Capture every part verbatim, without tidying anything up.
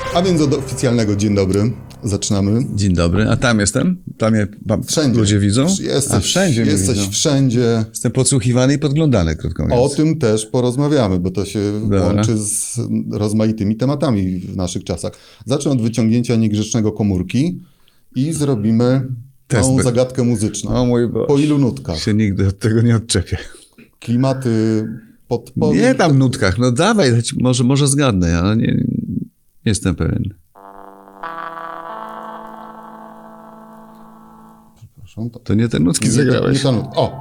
A więc od oficjalnego dzień dobry. Zaczynamy. Dzień dobry. A tam jestem? Tam mnie wszędzie. Ludzie widzą? Jesteś, A wszędzie Jesteś widzą. wszędzie. Jestem podsłuchiwany i podglądany, krótko mówiąc. O tym też porozmawiamy, bo to się Dobra. łączy z rozmaitymi tematami w naszych czasach. Zacznę od wyciągnięcia niegrzecznego komórki i zrobimy Test małą by- zagadkę muzyczną. O mój Boże. Po ilu nutkach? Się nigdy od tego nie odczepię. Klimaty podpowiedź. Nie tam nutkach. No dawaj, leci- może, może zgadnę, ale nie, nie jestem pewien. Przepraszam, to... To nie te nutki Nie, zagrałeś. nie ta nut... O!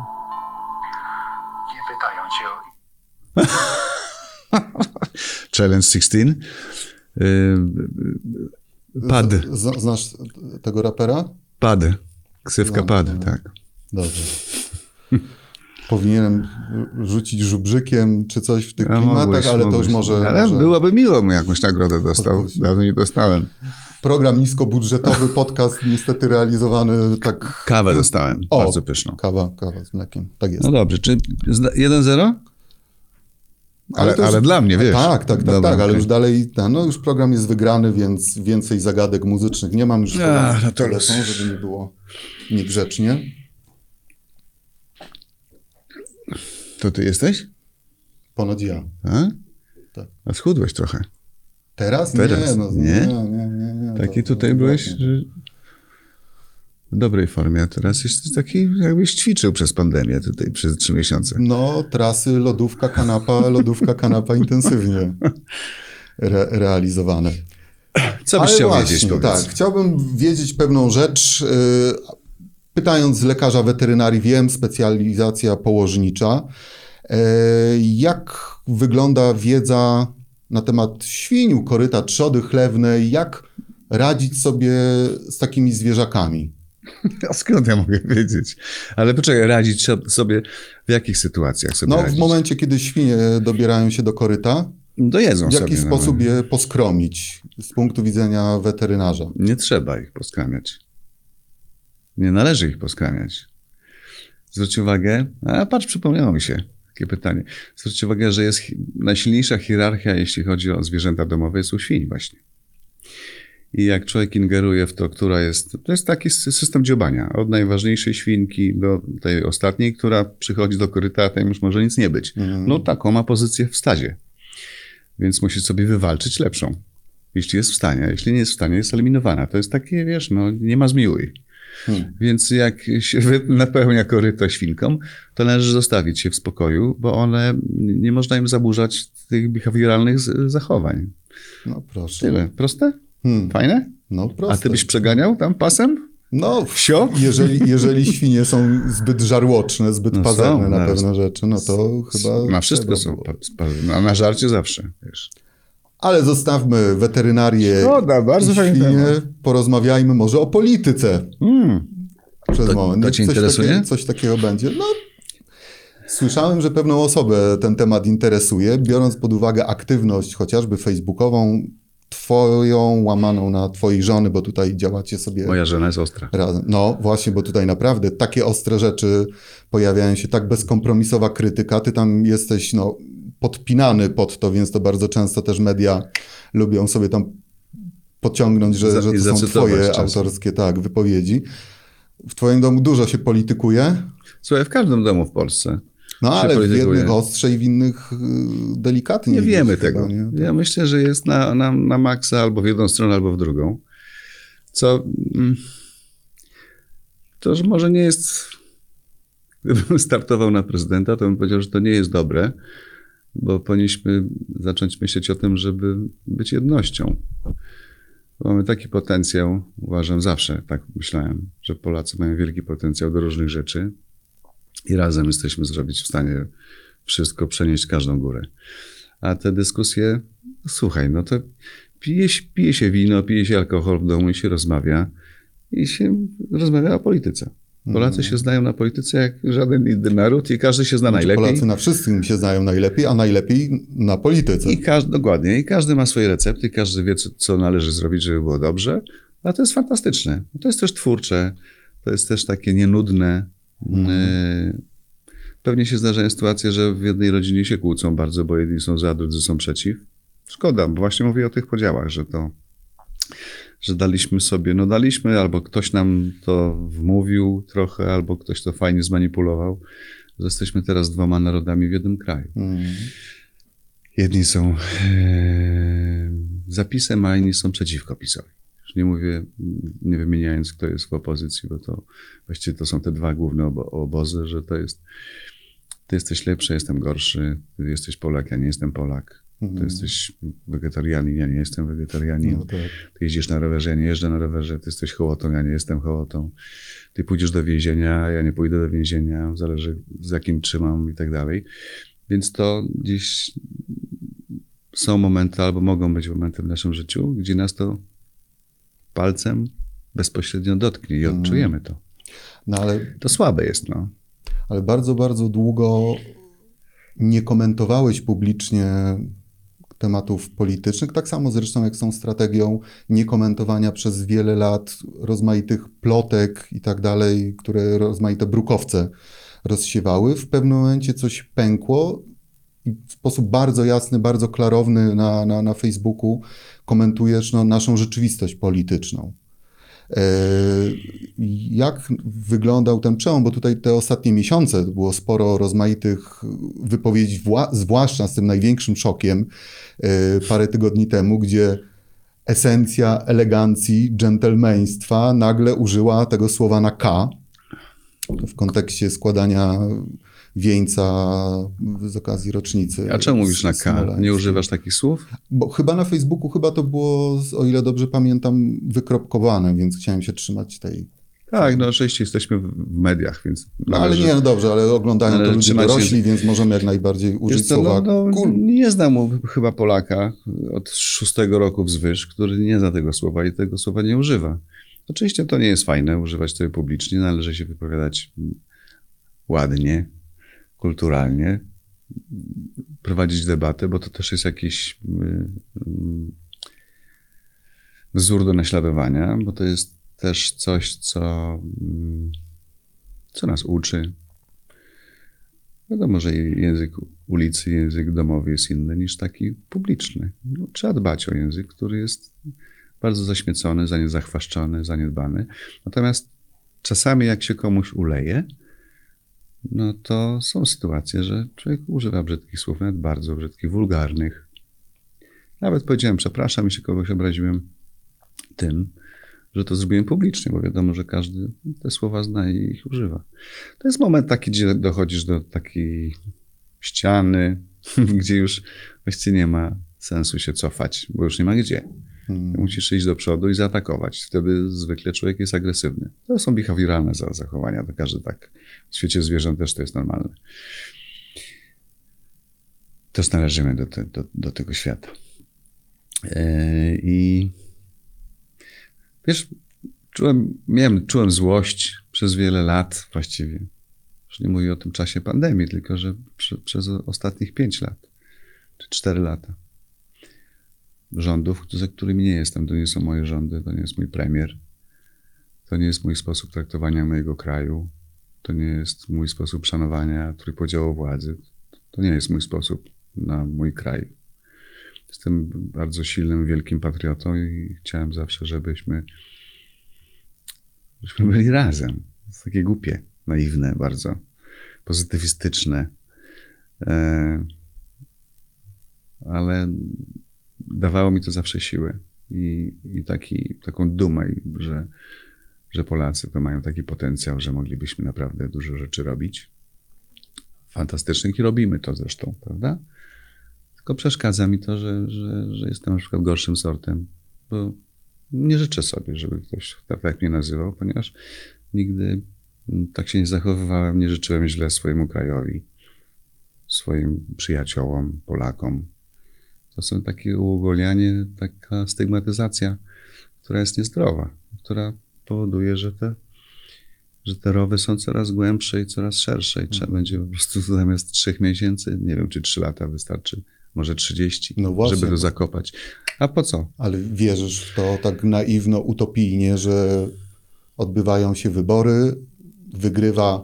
Nie pytają cię o... Challenge szesnaście. Yy, pad. Z, znasz tego rapera? Pad. Ksywka No, pad, no. tak. Dobrze. Powinienem rzucić żubrzykiem czy coś w tych A klimatach, mogłeś, ale to mogłeś. już może... Ale może... byłoby miło, bym jakąś nagrodę dostał. Odpuść. Dawno nie dostałem. Program niskobudżetowy, podcast niestety realizowany tak... Kawę dostałem, O, bardzo pyszną. Kawa, kawa z mlekiem. Tak jest. No dobrze, czy zna- jeden zero? Ale, to już- ale dla mnie, wiesz. Tak, tak, tak, Dobra, tak, ale okej. już dalej, no już program jest wygrany, więc więcej zagadek muzycznych nie mam już. Ach, no to telefon, los. żeby nie było niegrzecznie. To ty jesteś? Ponoć ja. A? Tak. A schudłeś trochę. Teraz? Teraz? Nie, no, Nie? nie, nie, nie, nie. Taki to- tutaj to byłeś odwrotnie. że w dobrej formie, a teraz jesteś taki, jakbyś ćwiczył przez pandemię tutaj przez trzy miesiące. No, trasy, lodówka, kanapa, lodówka, kanapa intensywnie re, realizowane. Co byś Ale chciał właśnie, wiedzieć, powiedz? tak, chciałbym wiedzieć pewną rzecz. Yy, Pytając lekarza weterynarii, wiem, specjalizacja położnicza. Yy, Jak wygląda wiedza na temat świń, koryta, trzody chlewnej? Jak radzić sobie z takimi zwierzakami? A skąd ja mogę wiedzieć? Ale poczekaj, radzić trzeba sobie w jakich sytuacjach sobie No, radzić? w momencie, kiedy świnie dobierają się do koryta, Dojedzą w sobie. jaki no. sposób je poskromić z punktu widzenia weterynarza? Nie trzeba ich poskramiać. Nie należy ich poskramiać. Zwróć uwagę, a patrz, przypomniało mi się takie pytanie. Zwróć uwagę, że jest hi- najsilniejsza hierarchia, jeśli chodzi o zwierzęta domowe, jest u świń właśnie. I jak człowiek ingeruje w to, która jest, to jest taki sy- system dziobania. Od najważniejszej świnki do tej ostatniej, która przychodzi do koryta, a tam już może nic nie być. No taką ma pozycję w stadzie. Więc musi sobie wywalczyć lepszą. Jeśli jest w stanie, a jeśli nie jest w stanie, jest eliminowana. To jest takie, wiesz, no nie ma zmiłuj. Hmm. Więc jak się wy- napełnia koryto świnkom, to należy zostawić je w spokoju, bo one, nie można im zaburzać tych behawioralnych z- zachowań. No proszę. Tyle. Proste? Hmm. Fajne? No proste. A ty byś przeganiał tam pasem? No, Wsio? jeżeli, jeżeli świnie są zbyt żarłoczne, zbyt No pazerne są, na no. pewne rzeczy, no to chyba... Na wszystko trzeba są. było. Pa, pa, a na żarcie zawsze, wiesz. Ale zostawmy weterynarię Szkoda, bardzo i fajny świnie, temat. porozmawiajmy może o polityce Mm. przez To- moment. to cię coś interesuje? Takie, coś takiego będzie. No, słyszałem, że pewną osobę ten temat interesuje, biorąc pod uwagę aktywność chociażby facebookową, twoją, łamaną na twojej żony, bo tutaj działacie sobie... Moja żona jest ostra. razem. No właśnie, bo tutaj naprawdę takie ostre rzeczy pojawiają się, tak bezkompromisowa krytyka. Ty tam jesteś no, podpinany pod to, więc to bardzo często też media lubią sobie tam pociągnąć, że, Za- że i to są zacytować twoje czasem. autorskie tak, wypowiedzi. W twoim domu dużo się politykuje, Słuchaj, w każdym domu w Polsce no się ale w politykuje. jednych ostrzej, w innych y, delikatnie. Nie wiemy chyba, tego. nie? Ja myślę, że jest na, na, na maksa albo w jedną stronę, albo w drugą. Co mm, to, że może nie jest... Gdybym startował na prezydenta, to bym powiedział, że to nie jest dobre, bo powinniśmy zacząć myśleć o tym, żeby być jednością. Mamy taki potencjał, uważam zawsze, tak myślałem, że Polacy mają wielki potencjał do różnych rzeczy i razem jesteśmy zrobić w stanie wszystko, przenieść każdą górę. A te dyskusje, słuchaj, no to pije, się- pije się wino, pije się alkohol w domu i się rozmawia i się rozmawia o polityce. Polacy się znają na polityce jak żaden inny naród i każdy się zna najlepiej. Polacy na wszystkim się znają najlepiej, a najlepiej na polityce. I każdy, dokładnie, i każdy ma swoje recepty, każdy wie, co, co należy zrobić, żeby było dobrze, a to jest fantastyczne. To jest też twórcze, to jest też takie nienudne. Mm. Pewnie się zdarzają sytuacje, że w jednej rodzinie się kłócą bardzo, bo jedni są za, drudzy są przeciw. szkoda, bo właśnie mówię o tych podziałach, że to, że daliśmy sobie, no daliśmy, albo ktoś nam to wmówił trochę, albo ktoś to fajnie zmanipulował, że jesteśmy teraz dwoma narodami w jednym kraju. Mm. Jedni są e, za PiS-em, a inni są przeciwko PiS-owi. Już nie mówię, nie wymieniając, kto jest w opozycji, bo to właściwie to są te dwa główne obo- obozy, że to jest ty jesteś lepszy, jestem gorszy, ty jesteś Polak, ja nie jestem Polak, ty Mhm. jesteś wegetarianin, ja nie jestem wegetarianin, No tak. ty jeździsz na rowerze, ja nie jeżdżę na rowerze, ty jesteś hołotą, ja nie jestem hołotą, ty pójdziesz do więzienia, ja nie pójdę do więzienia, zależy z jakim trzymam i tak dalej. Więc to gdzieś są momenty, albo mogą być momenty w naszym życiu, gdzie nas to palcem bezpośrednio dotknie i Mhm. odczujemy to. No ale, To słabe jest, no. ale bardzo, bardzo długo nie komentowałeś publicznie tematów politycznych, tak samo zresztą jak z tą strategią niekomentowania przez wiele lat rozmaitych plotek i tak dalej, które rozmaite brukowce rozsiewały. W pewnym momencie coś pękło i w sposób bardzo jasny, bardzo klarowny na, na, na Facebooku komentujesz no, naszą rzeczywistość polityczną. E, Jak wyglądał ten przełom? Bo tutaj te ostatnie miesiące było sporo rozmaitych wypowiedzi, wła- zwłaszcza z tym największym szokiem e, parę tygodni temu, gdzie esencja elegancji, dżentelmeństwa nagle użyła tego słowa na K w kontekście składania wieńca z okazji rocznicy. A czemu mówisz na K? smoleńskiej. Nie używasz takich słów? Bo chyba na Facebooku chyba to było, o ile dobrze pamiętam, wykropkowane, więc chciałem się trzymać tej... Tak, no oczywiście jesteśmy w w mediach, więc... No ale nie, no dobrze, ale oglądają należy to ludzie trzymać dorośli, język. więc możemy jak najbardziej użyć Wiesz co, słowa no, no, cool. nie znam chyba Polaka od szóstego roku wzwyż, który nie zna tego słowa i tego słowa nie używa. Oczywiście to nie jest fajne używać tego publicznie, należy się wypowiadać ładnie, kulturalnie, prowadzić debatę, bo to też jest jakiś y, y, wzór do naśladowania, bo to jest też coś, co, y, co nas uczy. Wiadomo, że język ulicy, język domowy jest inny niż taki publiczny. No, trzeba dbać o język, który jest bardzo zaśmiecony, zachwaszczony, zaniedbany. Natomiast czasami jak się komuś uleje, no to są sytuacje, że człowiek używa brzydkich słów, nawet bardzo brzydkich, wulgarnych. Nawet powiedziałem przepraszam, jeśli kogoś obraziłem tym, że to zrobiłem publicznie, bo wiadomo, że każdy te słowa zna i ich używa. To jest moment taki, gdzie dochodzisz do takiej ściany, gdzie już właściwie nie ma sensu się cofać, bo już nie ma gdzie. Hmm. Musisz iść do przodu i zaatakować. Wtedy zwykle człowiek jest agresywny. To są behawioralne zachowania, to każdy tak. W świecie zwierząt też to jest normalne. Też należymy do, te, do, do tego świata. Yy, I wiesz, czułem, miałem, czułem złość przez wiele lat właściwie. Już nie mówię o tym czasie pandemii, tylko że prze, przez ostatnich pięć lat, czy cztery lata. Rządów, za którymi nie jestem. To nie są moje rządy, to nie jest mój premier. To nie jest mój sposób traktowania mojego kraju. To nie jest mój sposób szanowania trójpodziału władzy. To nie jest mój sposób na mój kraj. Jestem bardzo silnym, wielkim patriotą i chciałem zawsze, żebyśmy, żebyśmy byli razem. To jest takie głupie, naiwne, bardzo pozytywistyczne. E, ale dawało mi to zawsze siłę i, i taki, taką dumę, że, że Polacy to mają taki potencjał, że moglibyśmy naprawdę dużo rzeczy robić. Fantastycznych i robimy to zresztą, prawda? Tylko przeszkadza mi to, że, że, że jestem na przykład gorszym sortem, bo nie życzę sobie, żeby ktoś tak, tak mnie nazywał, ponieważ nigdy tak się nie zachowywałem, nie życzyłem źle swojemu krajowi, swoim przyjaciołom, Polakom. To są takie uogólnianie, taka stygmatyzacja, która jest niezdrowa, która powoduje, że te, że te rowy są coraz głębsze i coraz szersze i trzeba będzie po prostu zamiast trzech miesięcy, nie wiem, czy trzy lata wystarczy, może trzydzieści, No właśnie, żeby to bo- zakopać. A po co? Ale wierzysz w to tak naiwno, utopijnie, że odbywają się wybory, wygrywa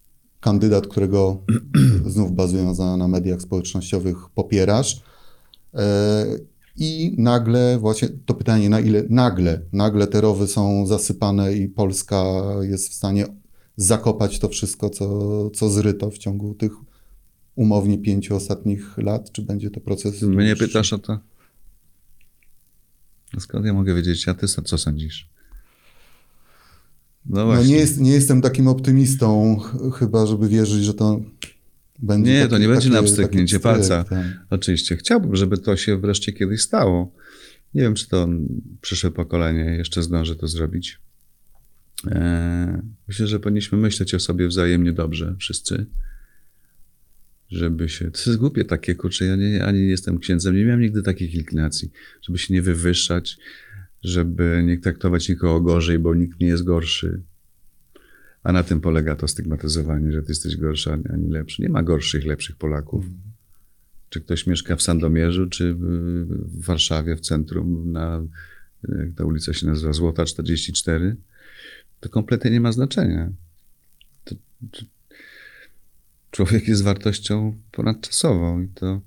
kandydat, którego znów bazując na, na mediach społecznościowych popierasz. E, I nagle właśnie to pytanie, na ile nagle, nagle te rowy są zasypane i Polska jest w stanie zakopać to wszystko, co, co zryto w ciągu tych umownie pięciu ostatnich lat, czy będzie to proces Mnie dłuższy? pytasz o to? No skąd ja mogę wiedzieć, a ty co sądzisz? No No właśnie. nie, jest, nie jestem takim optymistą, ch- chyba żeby wierzyć, że to będzie Nie, taki, to nie będzie takie, na pstryknięcie taki palca. tak. Oczywiście. Chciałbym, żeby to się wreszcie kiedyś stało. Nie wiem, czy to przyszłe pokolenie jeszcze zdąży to zrobić. Eee, myślę, że powinniśmy myśleć o sobie wzajemnie dobrze, wszyscy. Żeby się... To jest głupie takie, kurczę, ja nie, ani nie jestem księdzem, nie miałem nigdy takich inklinacji. Żeby się nie wywyższać, żeby nie traktować nikogo gorzej, bo nikt nie jest gorszy. A na tym polega to stygmatyzowanie, że ty jesteś gorszy, ani- ani lepszy. Nie ma gorszych, lepszych Polaków. Czy ktoś mieszka w Sandomierzu, czy w w Warszawie, w centrum, na, jak ta ulica się nazywa, Złota czterdzieści cztery, to kompletnie nie ma znaczenia. To, to, człowiek jest wartością ponadczasową i to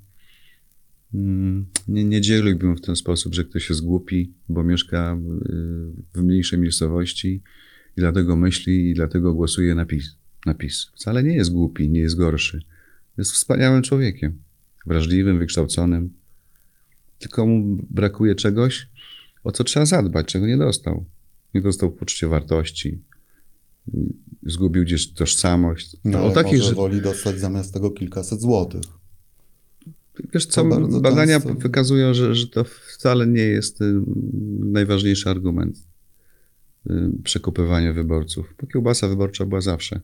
mm, nie, nie dzieliłbym w ten sposób, że ktoś jest głupi, bo mieszka y, w mniejszej miejscowości i dlatego myśli i dlatego głosuje na PiS. Na PiS. Wcale nie jest głupi, nie jest gorszy. Jest wspaniałym człowiekiem. Wrażliwym, wykształconym. Tylko mu brakuje czegoś, o co trzeba zadbać, czego nie dostał. Nie dostał poczucia wartości. Zgubił gdzieś tożsamość. No, o ale takich, może że, woli dostać zamiast tego kilkaset złotych. wiesz co, to bardzo badania często- wykazują, że, że to wcale nie jest y, najważniejszy argument y, przekupywania wyborców. Bo kiełbasa wyborcza była zawsze.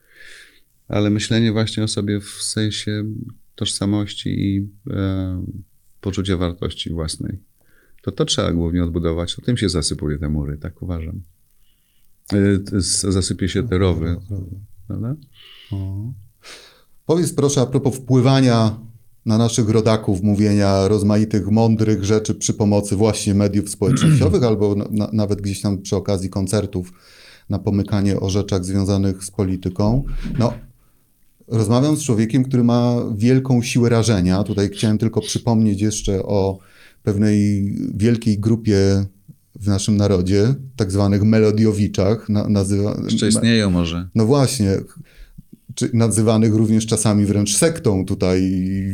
Ale myślenie właśnie o sobie w sensie tożsamości i e, poczucia wartości własnej. To to trzeba głównie odbudować. O tym się zasypuje te mury, tak uważam. E, t- z- zasypie się te rowy, prawda? O. Powiedz proszę a propos wpływania na naszych rodaków, mówienia rozmaitych mądrych rzeczy przy pomocy właśnie mediów społecznościowych albo na, na, nawet gdzieś tam przy okazji koncertów na pomykanie o rzeczach związanych z polityką. No, rozmawiam z człowiekiem, który ma wielką siłę rażenia. Tutaj chciałem tylko przypomnieć jeszcze o pewnej wielkiej grupie w naszym narodzie, tak zwanych melodiowiczach. Na, nazywa, Jeszcze istnieją może. no właśnie, czy nazywanych również czasami wręcz sektą tutaj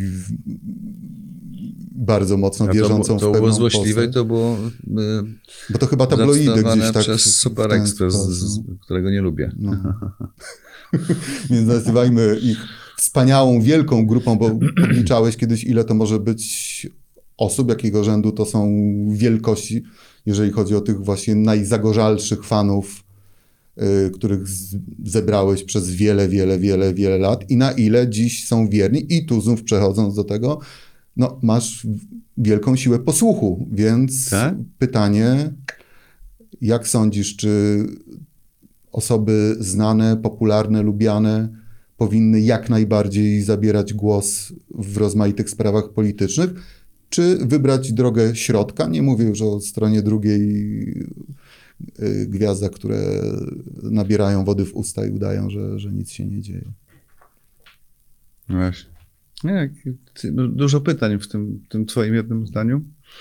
bardzo mocno A wierzącą to, to w pewną było złośliwe i postać. to było Bo to chyba tabloidy zacytowane gdzieś tak przez w Super ten Express, z, sposób. z, którego nie lubię. No. Więc nazywajmy ich wspaniałą, wielką grupą, bo podliczałeś kiedyś, ile to może być osób, jakiego rzędu to są wielkości, jeżeli chodzi o tych właśnie najzagorzalszych fanów, y, których z, zebrałeś przez wiele, wiele, wiele, wiele lat i na ile dziś są wierni. I tu znów przechodząc do tego, no masz wielką siłę posłuchu, więc Tak? pytanie, jak sądzisz, czy osoby znane, popularne, lubiane powinny jak najbardziej zabierać głos w rozmaitych sprawach politycznych, czy wybrać drogę środka? Nie mówię już o stronie drugiej y, gwiazdach, które nabierają wody w usta i udają, że, że nic się nie dzieje. No właśnie. Nie, ty- no, dużo pytań w tym, tym twoim jednym zdaniu.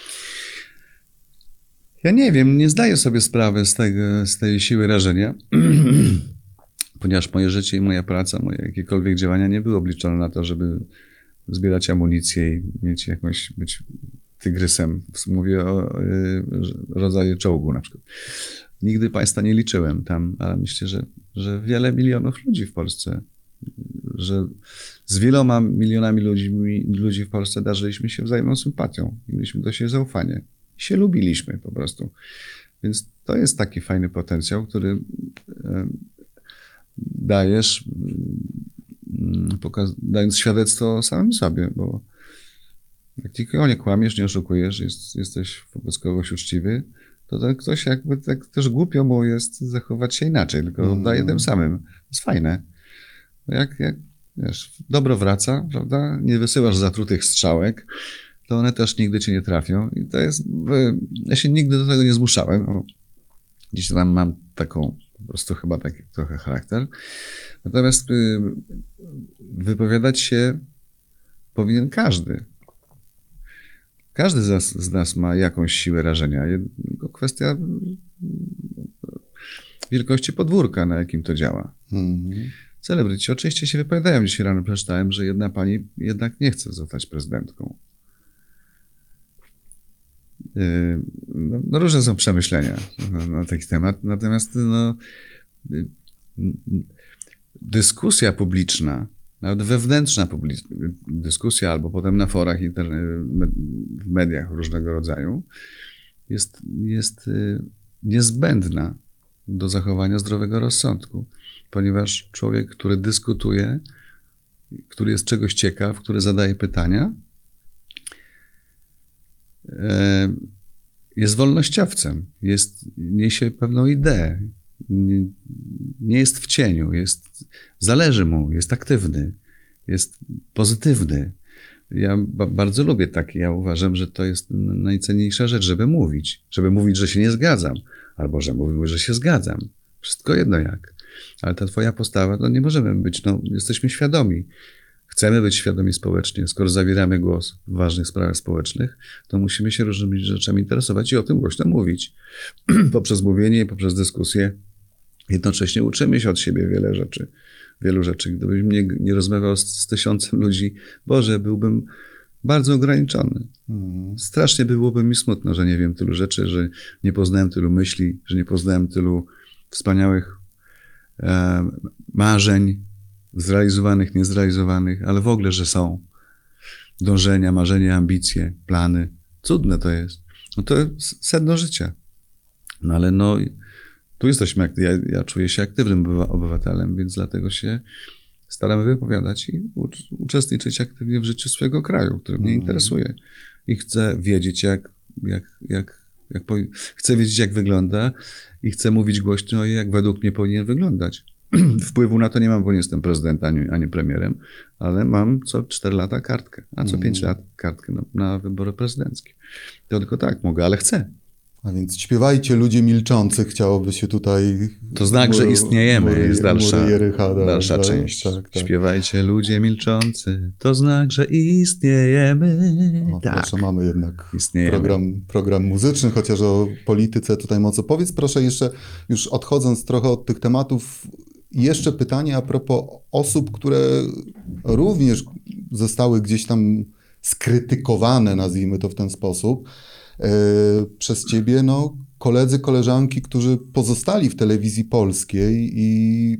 Ja nie wiem, nie zdaję sobie sprawy z, tego, z tej siły rażenia, ponieważ moje życie i moja praca, moje jakiekolwiek działania nie były obliczone na to, żeby zbierać amunicję i mieć jakąś, być tygrysem. Mówię o y, rodzaju czołgu na przykład. Nigdy państwa nie liczyłem tam, ale myślę, że, że wiele milionów ludzi w Polsce, że z wieloma milionami ludzi, ludzi w Polsce darzyliśmy się wzajemną sympatią i mieliśmy do siebie zaufanie. I się lubiliśmy po prostu. Więc to jest taki fajny potencjał, który e, dajesz, mm, pokaz- dając świadectwo samym sobie, bo jak nikogo nie kłamiesz, nie oszukujesz, jest, jesteś wobec kogoś uczciwy, to ten ktoś jakby tak też głupio mu jest zachować się inaczej, tylko Mm. oddaje tym samym. To jest fajne. Jak, jak wiesz, dobro wraca, prawda? Nie wysyłasz zatrutych strzałek, to one też nigdy cię nie trafią. I to jest, ja się nigdy do tego nie zmuszałem. O, gdzieś tam mam taką, po prostu chyba taki trochę charakter. Natomiast y, wypowiadać się powinien każdy. Każdy z nas, z nas ma jakąś siłę rażenia. Tylko kwestia wielkości podwórka, na jakim to działa. Mhm. Celebryci oczywiście się wypowiadają. Dzisiaj rano przeczytałem, że jedna pani jednak nie chce zostać prezydentką. Yy, No, no różne są przemyślenia na, na taki temat. Natomiast no, yy, dyskusja publiczna, nawet wewnętrzna publiczna, dyskusja albo potem na forach, interne- w mediach różnego rodzaju jest, jest yy, niezbędna do zachowania zdrowego rozsądku, ponieważ człowiek, który dyskutuje, który jest czegoś ciekaw, który zadaje pytania, jest wolnościowcem, jest, niesie pewną ideę, nie, nie jest w cieniu, jest, zależy mu, jest aktywny, jest pozytywny. Ja ba- bardzo lubię takie, ja uważam, że to jest najcenniejsza rzecz, żeby mówić, żeby mówić, że się nie zgadzam, albo że mówimy, że się zgadzam. Wszystko jedno jak. Ale ta twoja postawa, no nie możemy być, no jesteśmy świadomi. Chcemy być świadomi społecznie, skoro zabieramy głos w ważnych sprawach społecznych, to musimy się różnymi rzeczami interesować i o tym głośno mówić. Poprzez mówienie i poprzez dyskusję jednocześnie uczymy się od siebie wiele rzeczy. Wielu rzeczy. Gdybym nie, nie rozmawiał z, z tysiącem ludzi, Boże, byłbym bardzo ograniczony. Mhm. Strasznie byłoby mi smutno, że nie wiem tylu rzeczy, że nie poznałem tylu myśli, że nie poznałem tylu wspaniałych e, marzeń, zrealizowanych, niezrealizowanych, ale w ogóle, że są dążenia, marzenia, ambicje, plany. Cudne to jest. No to jest sedno życia. No ale no, tu jesteśmy, ja, ja czuję się aktywnym obywa- obywatelem, więc dlatego się staramy wypowiadać i u, uczestniczyć aktywnie w życiu swojego kraju, który mnie Mhm. interesuje. I chcę wiedzieć, jak, jak, jak, jak powi- chcę wiedzieć, jak wygląda i chcę mówić głośno, jak według mnie powinien wyglądać. Wpływu na to nie mam, bo nie jestem prezydentem ani, ani premierem, ale mam co cztery lata kartkę, a co Mm. pięć lat kartkę na, na wybory prezydenckie. To tylko tak mogę, ale chcę. A więc śpiewajcie ludzie milczący, chciałoby się tutaj... To znak, że mury- istniejemy, mury- jest dalsza, mury Jericha, tak, dalsza tak, część. tak, tak. Śpiewajcie ludzie milczący, to znak, że istniejemy. O, tak, proszę, mamy jednak istniejemy. program, program muzyczny, chociaż o polityce tutaj mocno. Powiedz proszę jeszcze, już odchodząc trochę od tych tematów, jeszcze pytanie a propos osób, które również zostały gdzieś tam skrytykowane, nazwijmy to w ten sposób, yy, przez ciebie, no, koledzy, koleżanki, którzy pozostali w telewizji polskiej i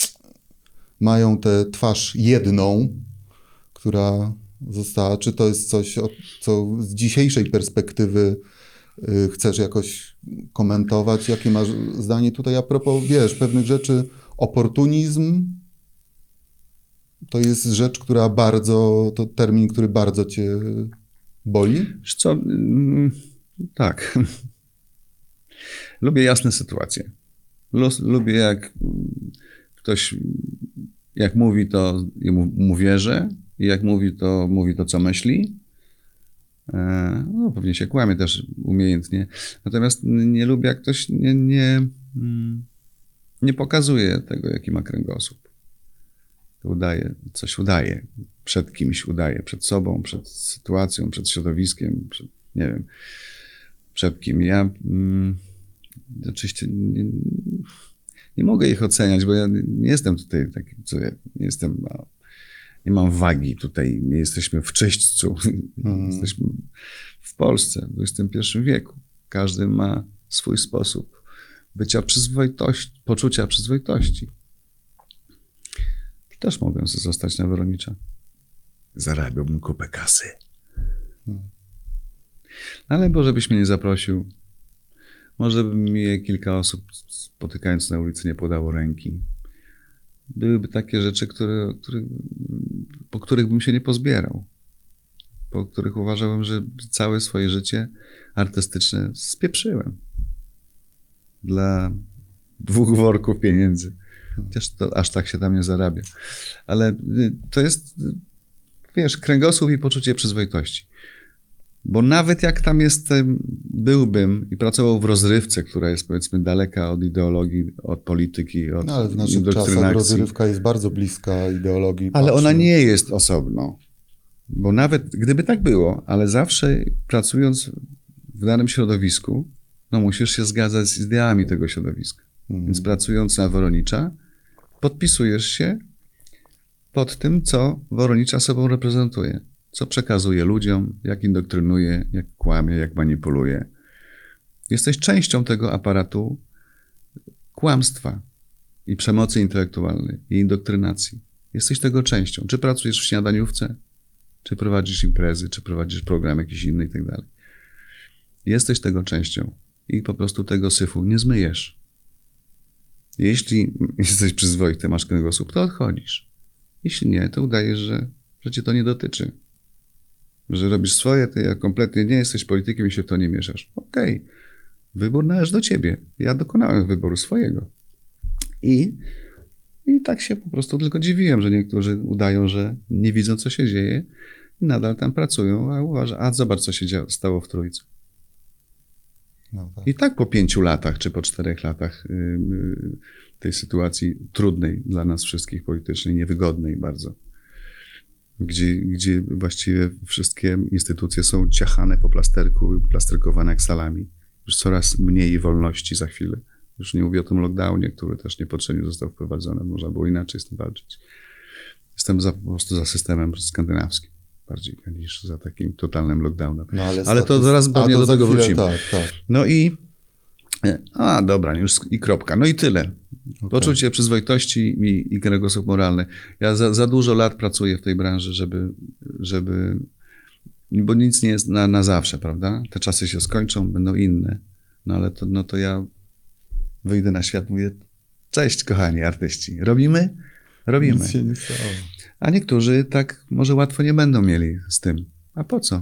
mają tę twarz jedną, która została. Czy to jest coś, o- co z dzisiejszej perspektywy y, chcesz jakoś komentować? Jakie masz zdanie tutaj a propos, wiesz, pewnych rzeczy? Oportunizm to jest rzecz, która bardzo, to termin, który bardzo cię boli? Wiesz co, mm, tak. Lubię jasne sytuacje. Lus- Lubię jak ktoś, jak mówi, to mu, mu wierzę i jak mówi, to mówi to, co myśli. E, No, pewnie się kłamie też umiejętnie. Natomiast nie lubię, jak ktoś nie, nie, mm, nie pokazuje tego, jaki ma kręgosłup. To udaje, coś udaje. Przed kimś udaje, przed sobą, przed sytuacją, przed środowiskiem, przed, nie wiem, przed kim. Ja mm, oczywiście nie, nie mogę ich oceniać, bo ja nie jestem tutaj taki, co ja, nie jestem, nie mam wagi tutaj, nie jesteśmy w czyśćcu, Mhm. jesteśmy w Polsce, w dwudziestym pierwszym wieku. Każdy ma swój sposób bycia przyzwoitości, poczucia przyzwoitości. Też mogę sobie zostać na Weronicza. Zarabiałbym kupę kasy. Ale może byś mnie nie zaprosił. Może by mi kilka osób spotykając na ulicy nie podało ręki. Byłyby takie rzeczy, które, które, po których bym się nie pozbierał. Po których uważałem, że całe swoje życie artystyczne spieprzyłem. Dla dwóch worków pieniędzy. Chociaż to aż tak się tam nie zarabia. Ale y, to jest, y, wiesz, kręgosłup i poczucie przyzwoitości. Bo nawet jak tam jestem, byłbym i pracował w rozrywce, która jest powiedzmy daleka od ideologii, od polityki, od No, ale w naszych czasach indoktrynacji. rozrywka jest bardzo bliska ideologii. Ale ona patrzmy. nie jest osobno. Bo nawet gdyby tak było, ale zawsze pracując w danym środowisku, no musisz się zgadzać z ideami tego środowiska. Mhm. Więc pracując na Woronicza, podpisujesz się pod tym, co Woronicza sobą reprezentuje. Co przekazuje ludziom, jak indoktrynuje, jak kłamie, jak manipuluje. Jesteś częścią tego aparatu kłamstwa i przemocy intelektualnej i indoktrynacji. Jesteś tego częścią. Czy pracujesz w śniadaniówce, czy prowadzisz imprezy, czy prowadzisz program jakiś inny i tak dalej. Jesteś tego częścią i po prostu tego syfu nie zmyjesz. Jeśli jesteś przyzwoity, masz kręgosłup, to odchodzisz. Jeśli nie, to udajesz, że, że cię to nie dotyczy. Że robisz swoje, ty ja kompletnie nie jesteś politykiem i się w to nie mieszasz. Okej, okay. Wybór należy do ciebie. Ja dokonałem wyboru swojego. I, I tak się po prostu tylko dziwiłem, że niektórzy udają, że nie widzą, co się dzieje i nadal tam pracują, a uważa, a zobacz, co się dzia- stało w Trójcu. No tak. I tak po pięciu latach, czy po czterech latach yy, tej sytuacji trudnej dla nas wszystkich politycznej, niewygodnej bardzo, gdzie, gdzie właściwie wszystkie instytucje są ciachane po plasterku, plasterkowane jak salami. Już coraz mniej wolności za chwilę. Już nie mówię o tym lockdownie, który też niepotrzebnie został wprowadzony. Można było inaczej z tym walczyć. Jestem za, po prostu za systemem skandynawskim bardziej niż za takim totalnym lockdownem. No, ale ale to statyst- zaraz pewnie a, to do za tego chwilę, wrócimy. Tak, tak. No i a dobra, już i kropka. No i tyle. Okay. Poczucie przyzwoitości i, i kręgosłup moralny. Ja za, za dużo lat pracuję w tej branży, żeby, żeby bo nic nie jest na, na zawsze, prawda? Te czasy się skończą, będą inne. No ale to, no to ja wyjdę na świat, mówię, cześć kochani artyści, robimy? Robimy. Nic się nie stało. A niektórzy tak może łatwo nie będą mieli z tym. A po co?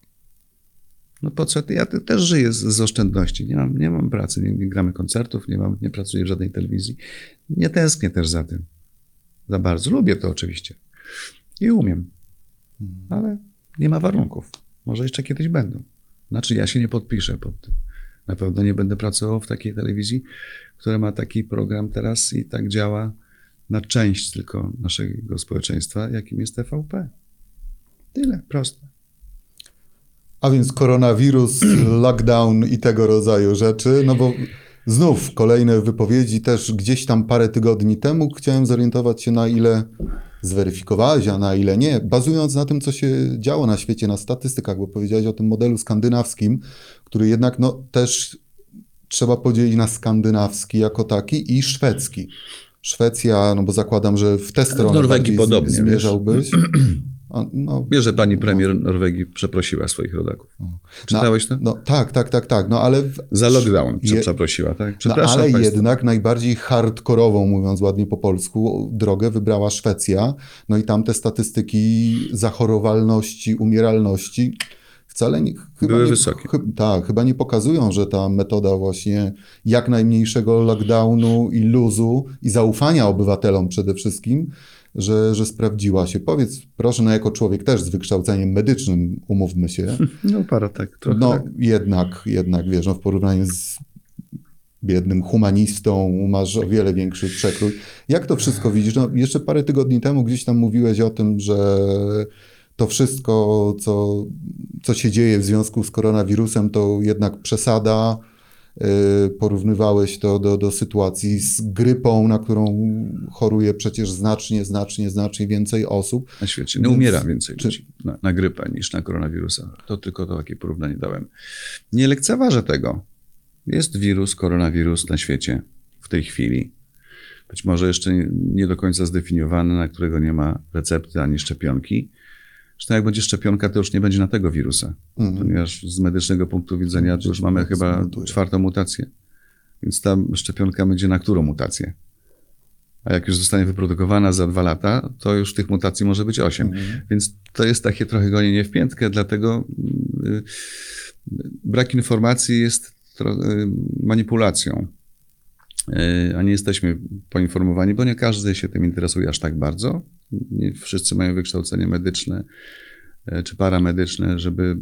No po co? Ja też żyję z, z oszczędności. Nie mam, nie mam pracy, nie, nie gramy koncertów, nie, mam, nie pracuję w żadnej telewizji. Nie tęsknię też za tym. Za bardzo. Lubię to oczywiście. I umiem. Ale nie ma warunków. Może jeszcze kiedyś będą. Znaczy ja się nie podpiszę pod tym. Na pewno nie będę pracował w takiej telewizji, która ma taki program teraz i tak działa na część tylko naszego społeczeństwa, jakim jest T V P. Tyle, proste. A więc koronawirus, lockdown i tego rodzaju rzeczy, no bo znów kolejne wypowiedzi też gdzieś tam parę tygodni temu chciałem zorientować się, na ile zweryfikowałeś, a na ile nie, bazując na tym, co się działo na świecie, na statystykach, bo powiedziałeś o tym modelu skandynawskim, który jednak no też trzeba podzielić na skandynawski jako taki i szwedzki. Szwecja, no bo zakładam, że w tę stronę w Norwegii bardziej podobnie, zmierzałbyś. A, no, Wiesz, że pani premier Norwegii przeprosiła swoich rodaków. Czytałeś to? No, tak, tak, tak, tak. No, ale w, Za lockdown je, przeprosiła, tak? No, Przepraszam ale państwa. jednak najbardziej hardkorową, mówiąc ładnie po polsku, drogę wybrała Szwecja. No i tam te statystyki zachorowalności, umieralności wcale nie, chyba były nie, wysokie. Chy, tak, chyba nie pokazują, że ta metoda właśnie jak najmniejszego lockdownu i luzu i zaufania obywatelom przede wszystkim, że, że sprawdziła się. Powiedz, proszę, no jako człowiek też z wykształceniem medycznym, umówmy się. No para tak, trochę No tak. jednak, jednak, wiesz, no w porównaniu z biednym humanistą masz o wiele większy przekrój. Jak to wszystko widzisz? No jeszcze parę tygodni temu gdzieś tam mówiłeś o tym, że to wszystko, co, co się dzieje w związku z koronawirusem, to jednak przesada. Porównywałeś to do, do sytuacji z grypą, na którą choruje przecież znacznie, znacznie, znacznie więcej osób. Na świecie. Nie umiera więcej czy- ludzi na, na grypę niż na koronawirusa. To tylko to takie porównanie dałem. Nie lekceważę tego. Jest wirus, koronawirus na świecie w tej chwili. Być może jeszcze nie, nie do końca zdefiniowany, na którego nie ma recepty ani szczepionki. Zresztą jak będzie szczepionka, to już nie będzie na tego wirusa. Mhm. Ponieważ z medycznego punktu widzenia to już mamy chyba Zdecydowanie. czwartą mutację. Więc ta szczepionka będzie na którą mutację? A jak już zostanie wyprodukowana za dwa lata, to już tych mutacji może być osiem. Mhm. Więc to jest takie trochę gonienie w piętkę, dlatego y, brak informacji jest tro, y, manipulacją. Y, a nie jesteśmy poinformowani, bo nie każdy się tym interesuje aż tak bardzo. Nie wszyscy mają wykształcenie medyczne y, czy paramedyczne, żeby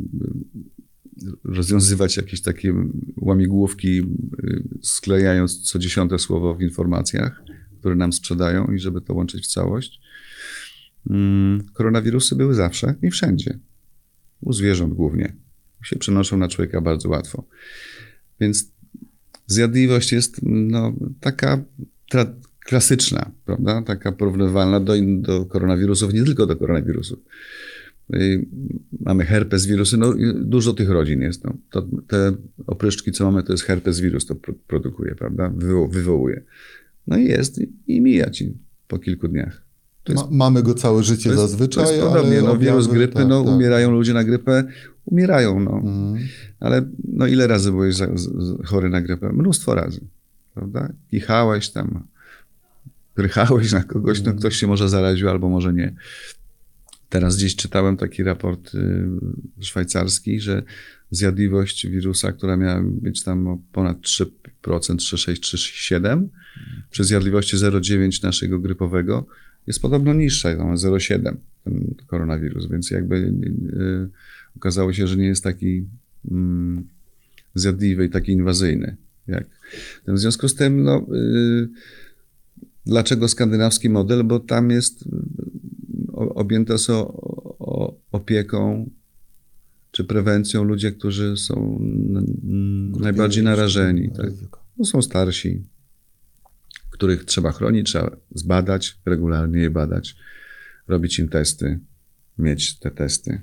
y, rozwiązywać jakieś takie łamigłówki, y, sklejając co dziesiąte słowo w informacjach, które nam sprzedają i żeby to łączyć w całość. Mm, koronawirusy były zawsze i wszędzie. U zwierząt głównie. Się przenoszą na człowieka bardzo łatwo. Więc zjadliwość jest no, taka tra- klasyczna, prawda? Taka porównywalna do, do koronawirusów, nie tylko do koronawirusów. Yy, mamy herpes wirusy, no dużo tych rodzin jest. No. To, te opryszczki, co mamy, to jest herpes wirus, to pro- produkuje, prawda? Wywo- wywołuje. No i jest i, i mija ci po kilku dniach. To jest, Ma, mamy go całe życie to jest, zazwyczaj, to jest podobnie. ale No, wirus objawy- grypy, tak, no tak. umierają ludzie na grypę, umierają, no. Mhm. Ale no ile razy byłeś za, z, z, chory na grypę? Mnóstwo razy, prawda? Kichałeś tam, prychałeś na kogoś, no ktoś się może zaraził albo może nie. Teraz gdzieś czytałem taki raport y, szwajcarski, że zjadliwość wirusa, która miała być tam o ponad trzy procent, trzy przecinek sześć, trzy przecinek siedem, przy zjadliwości zero przecinek dziewięć naszego grypowego, jest podobno niższa, tam zero przecinek siedem ten koronawirus, więc jakby y, okazało się, że nie jest taki mm, zjadliwy i taki inwazyjny. Jak. W związku z tym, no, y, dlaczego skandynawski model? Bo tam jest o, objęte są o, o, opieką czy prewencją ludzie, którzy są n, najbardziej narażeni. Tak? No, są starsi, których trzeba chronić, trzeba zbadać, regularnie je badać, robić im testy, mieć te testy.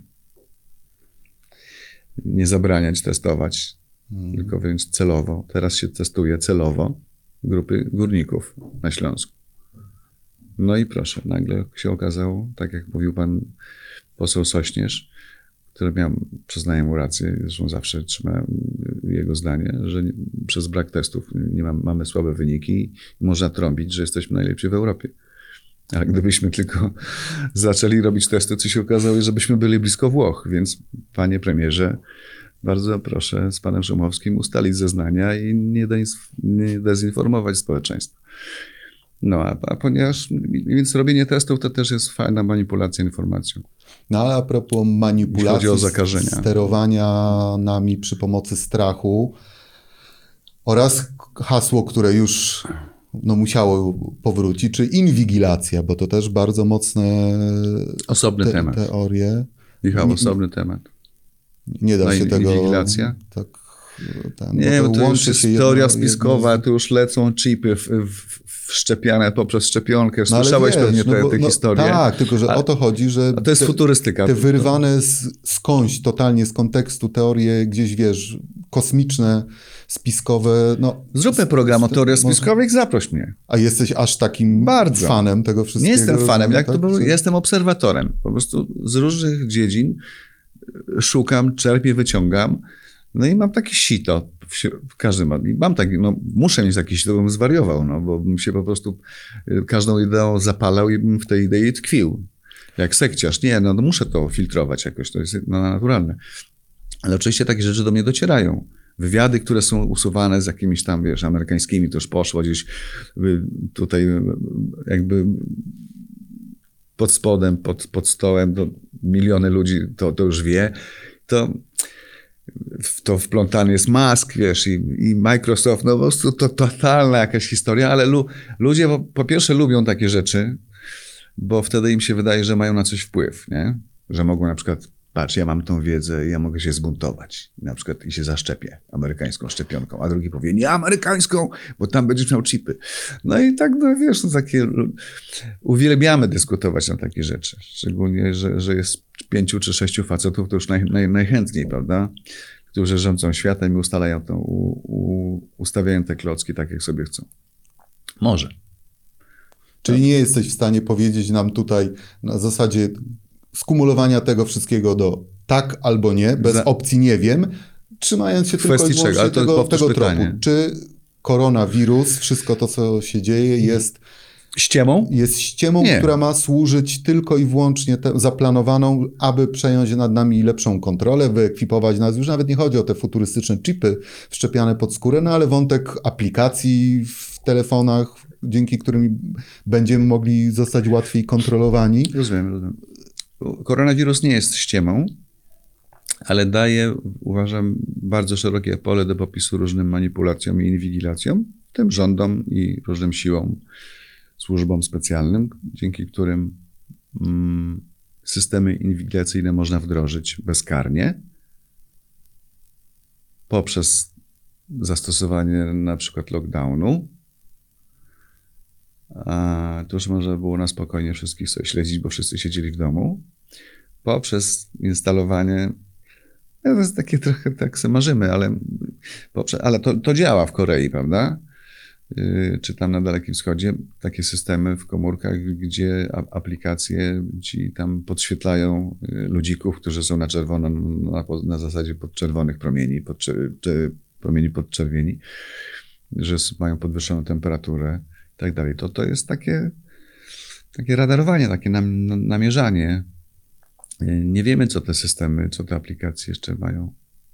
Nie zabraniać testować, hmm. tylko wręcz celowo. Teraz się testuje celowo grupy górników na Śląsku. No i proszę, nagle się okazało, tak jak mówił pan poseł Sośnierz, który miał, przyznaję mu rację, zresztą zawsze trzymałem jego zdanie, że nie, przez brak testów nie mam, mamy słabe wyniki i można trąbić, że jesteśmy najlepsi w Europie. Ale gdybyśmy tylko zaczęli robić testy, co się okazało, żebyśmy byli blisko Włoch. Więc panie premierze, bardzo proszę z panem Szumowskim ustalić zeznania i nie, deinf- nie dezinformować społeczeństwa. No, a, a ponieważ, więc robienie testów to też jest fajna manipulacja informacją. No ale a propos manipulacji, Jeśli chodzi o zakażenia. sterowania nami przy pomocy strachu oraz hasło, które już no, musiało powrócić, czy inwigilacja, bo to też bardzo mocne Osobny te, temat. teorie. Michał, Nie- osobny temat. Nie da No, się in- tego... inwigilacja? Tak, ten, Nie, bo to już łączy jest się jedno- teoria jedno spiskowa, z- tu już lecą chipy w, w, wszczepiane poprzez szczepionkę. No, ale Słyszałeś wiesz, pewnie no te, bo- te no, historie. Tak, tylko że A- o to chodzi, że A to jest te, futurystyka. te wyrwane z, skądś totalnie z kontekstu teorie gdzieś, wiesz, kosmiczne, spiskowe, no... Zróbmy program o teoriach może- spiskowych, zaproś mnie. A jesteś aż takim Bardzo. fanem tego wszystkiego? Nie jestem fanem, jak to tak? było, Czy- jestem obserwatorem. Po prostu z różnych dziedzin szukam, czerpię, wyciągam. No i mam takie sito. W, śro- w każdym, mam taki, no muszę mieć takie sito, bo bym zwariował, no, bo bym się po prostu y, każdą ideą zapalał i bym w tej idei tkwił. Jak sekciarz. Nie, no, no muszę to filtrować jakoś, to jest no, naturalne. Ale oczywiście takie rzeczy do mnie docierają. Wywiady, które są usuwane z jakimiś tam, wiesz, amerykańskimi, to już poszło gdzieś y, tutaj y, jakby pod spodem, pod, pod stołem, to miliony ludzi to, to już wie. To w to wplątany jest Musk, wiesz, i, i Microsoft, no po prostu to totalna jakaś historia, ale lu, ludzie po, po pierwsze lubią takie rzeczy, bo wtedy im się wydaje, że mają na coś wpływ, nie? Że mogą na przykład, patrz, ja mam tą wiedzę, ja mogę się zbuntować, na przykład i się zaszczepię amerykańską szczepionką, a drugi powie, nie amerykańską, bo tam będziesz miał chipy. No i tak, no wiesz, no takie, uwielbiamy dyskutować na takie rzeczy, szczególnie, że, że jest pięciu czy sześciu facetów, to już naj, naj, najchętniej, prawda? Którzy rządzą światem i ustalają tą, u, u, ustawiają te klocki tak, jak sobie chcą. Może. Czyli nie jesteś w stanie powiedzieć nam tutaj na zasadzie skumulowania tego wszystkiego do tak albo nie, bez Za- opcji nie wiem, trzymając się tylko i Kwestii czego? wyłącznie Ale to tego, powtórz tego tropu. pytanie. Czy koronawirus, wszystko to, co się dzieje, jest, Ściemą? jest ściemą, Nie. która ma służyć tylko i wyłącznie te, zaplanowaną, aby przejąć nad nami lepszą kontrolę, wyekwipować nas. Już nawet nie chodzi o te futurystyczne chipy wszczepiane pod skórę, no ale wątek aplikacji w telefonach, dzięki którym będziemy mogli zostać łatwiej kontrolowani. Rozumiem, rozumiem. Koronawirus nie jest ściemą, ale daje, uważam, bardzo szerokie pole do popisu różnym manipulacjom i inwigilacjom, tym rządom i różnym siłom, służbom specjalnym, dzięki którym mm, systemy inwigilacyjne można wdrożyć bezkarnie poprzez zastosowanie na przykład lockdownu. A to już można było na spokojnie wszystkich sobie śledzić, bo wszyscy siedzieli w domu. Poprzez instalowanie, no to jest takie trochę, tak sobie marzymy, ale, poprzez, ale to, to działa w Korei, prawda? Yy, czy tam na Dalekim Wschodzie, takie systemy w komórkach, gdzie a, aplikacje ci tam podświetlają yy, ludzików, którzy są na czerwono, na, na zasadzie podczerwonych promieni, podczy, czy promieni podczerwieni, że mają podwyższoną temperaturę i tak dalej. To, to jest takie, takie radarowanie, takie nam, namierzanie. Nie wiemy, co te systemy, co te aplikacje jeszcze mają,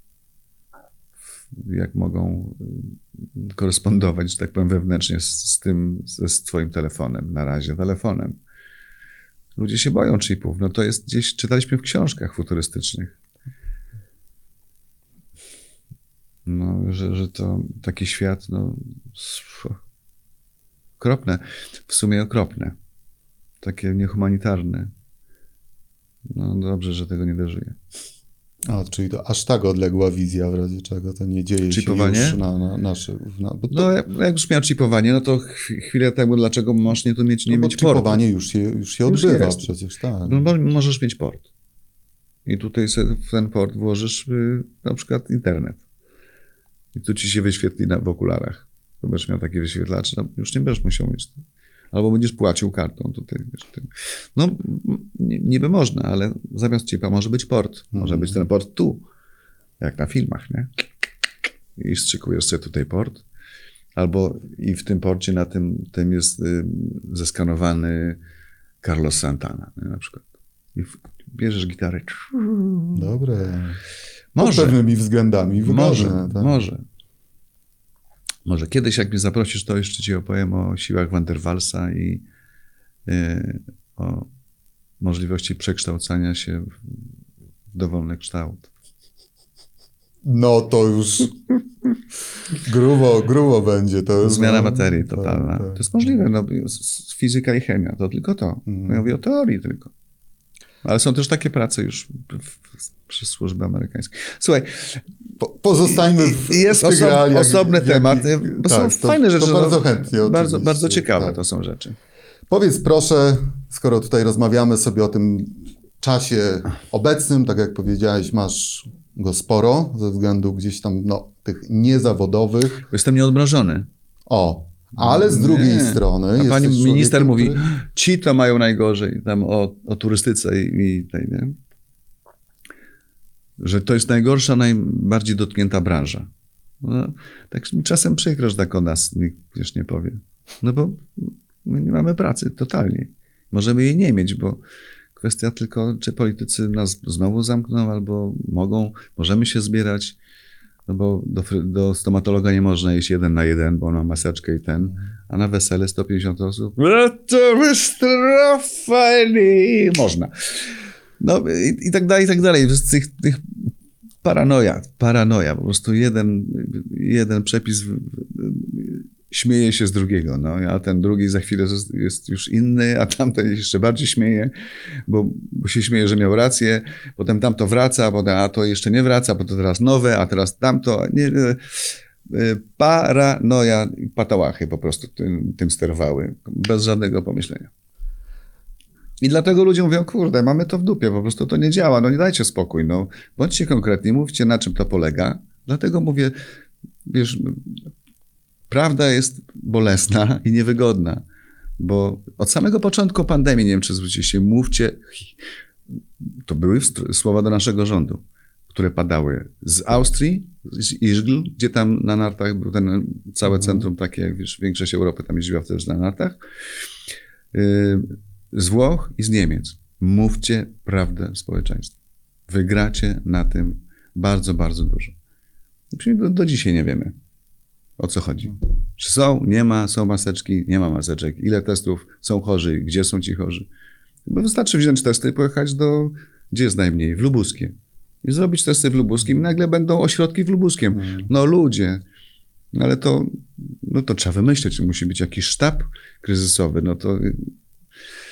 jak mogą korespondować, że tak powiem, wewnętrznie z, z tym, z, z twoim telefonem, na razie telefonem. Ludzie się boją chipów, no to jest gdzieś, czytaliśmy w książkach futurystycznych. No, że, że to taki świat, no, okropne, w sumie okropne, takie niehumanitarne. No dobrze, że tego nie dożyję. A, czyli to aż tak odległa wizja, w razie czego to nie dzieje Chipowanie? się już na, na naszych... Na, bo to, No jak, jak już miał chipowanie, no to ch- chwilę temu, dlaczego masz nie tu mieć, nie no bo mieć portu? chipowanie już się, już się Już odbywa jest. przecież, tak. No bo możesz mieć port. I tutaj sobie w ten port włożysz y, na przykład internet. I tu ci się wyświetli na, w okularach. To będziesz miał taki wyświetlacz, no już nie będziesz musiał mieć. Albo będziesz płacił kartą tutaj. Wiesz, tym. No niby można, ale zamiast chipa może być port. Może Mhm. być ten port tu. Jak na filmach, nie? I strzykujesz sobie tutaj port. Albo i w tym porcie na tym, tym jest y, zeskanowany Carlos Santana, nie? Na przykład. I w, bierzesz gitarę. Dobre. Może. Pod pewnymi względami wygodne. Może, tak. może. Może kiedyś, jak mnie zaprosisz, to jeszcze ci opowiem o siłach Van der Waalsa i yy, o możliwości przekształcania się w, w dowolny kształt. No to już grubo, grubo będzie. To już, Zmiana no, materii tak, totalna. tak. To jest możliwe. No, s- fizyka i chemia to tylko to. Mhm. Ja mówię o teorii tylko. Ale są też takie prace już w, w, przez służby amerykańskie. Słuchaj, Po, pozostańmy w, jest w tych oso- realiach, osobny jak- temat, jak- bo tak, są to, fajne rzeczy. To no, bardzo chętnie. Bardzo, oczywiście, bardzo ciekawe tak. to są rzeczy. Powiedz proszę, skoro tutaj rozmawiamy sobie o tym czasie obecnym, tak jak powiedziałeś, masz go sporo, ze względu gdzieś tam no, tych niezawodowych. Jestem nieodmrożony. O, ale z drugiej Nie. strony... A jesteś pani minister człowiekiem, mówi, który- ci to mają najgorzej, tam o, o turystyce i, i tej, nie? Że to jest najgorsza, najbardziej dotknięta branża. No, tak mi czasem przykro, że tak o nas nikt już nie powie. No bo my nie mamy pracy, totalnie. Możemy jej nie mieć, bo kwestia tylko, czy politycy nas znowu zamkną, albo mogą, możemy się zbierać, no bo do, fry- do stomatologa nie można iść jeden na jeden, bo on ma maseczkę i ten, a na wesele sto pięćdziesiąt osób, no to wystrofali, można. No i, i tak dalej, i tak dalej. Z tych, tych paranoja, paranoja, po prostu jeden, jeden przepis w- w- śmieje się z drugiego, no, a ten drugi za chwilę jest- jest już inny, a tamten jeszcze bardziej śmieje, bo, bo się śmieje, że miał rację, potem tamto wraca, potem a to jeszcze nie wraca, bo to teraz nowe, a teraz tamto, nie, nie. Paranoja i patałachy po prostu tym, tym sterowały, bez żadnego pomyślenia. I dlatego ludzie mówią, kurde, mamy to w dupie, po prostu to nie działa, no nie dajcie spokój, no. Bądźcie konkretni, mówcie na czym to polega. Dlatego mówię, wiesz, prawda jest bolesna i niewygodna, bo od samego początku pandemii, nie wiem czy zwróciliście, mówcie, to były wstr- słowa do naszego rządu, które padały z Austrii, z Iżgl, gdzie tam na nartach był ten całe centrum takie, jak wiesz, większość Europy tam jeździła też na nartach, yy, z Włoch i z Niemiec. Mówcie prawdę społeczeństwu. Wygracie na tym bardzo, bardzo dużo. Do, do dzisiaj nie wiemy, o co chodzi. Czy są, nie ma, są maseczki, nie ma maseczek, ile testów, są chorzy, gdzie są ci chorzy. Bo wystarczy wziąć testy i pojechać do, gdzie jest najmniej, w Lubuskie. I zrobić testy w Lubuskim i nagle będą ośrodki w Lubuskiem. No ludzie, no ale to, no to trzeba wymyśleć, musi być jakiś sztab kryzysowy, no to...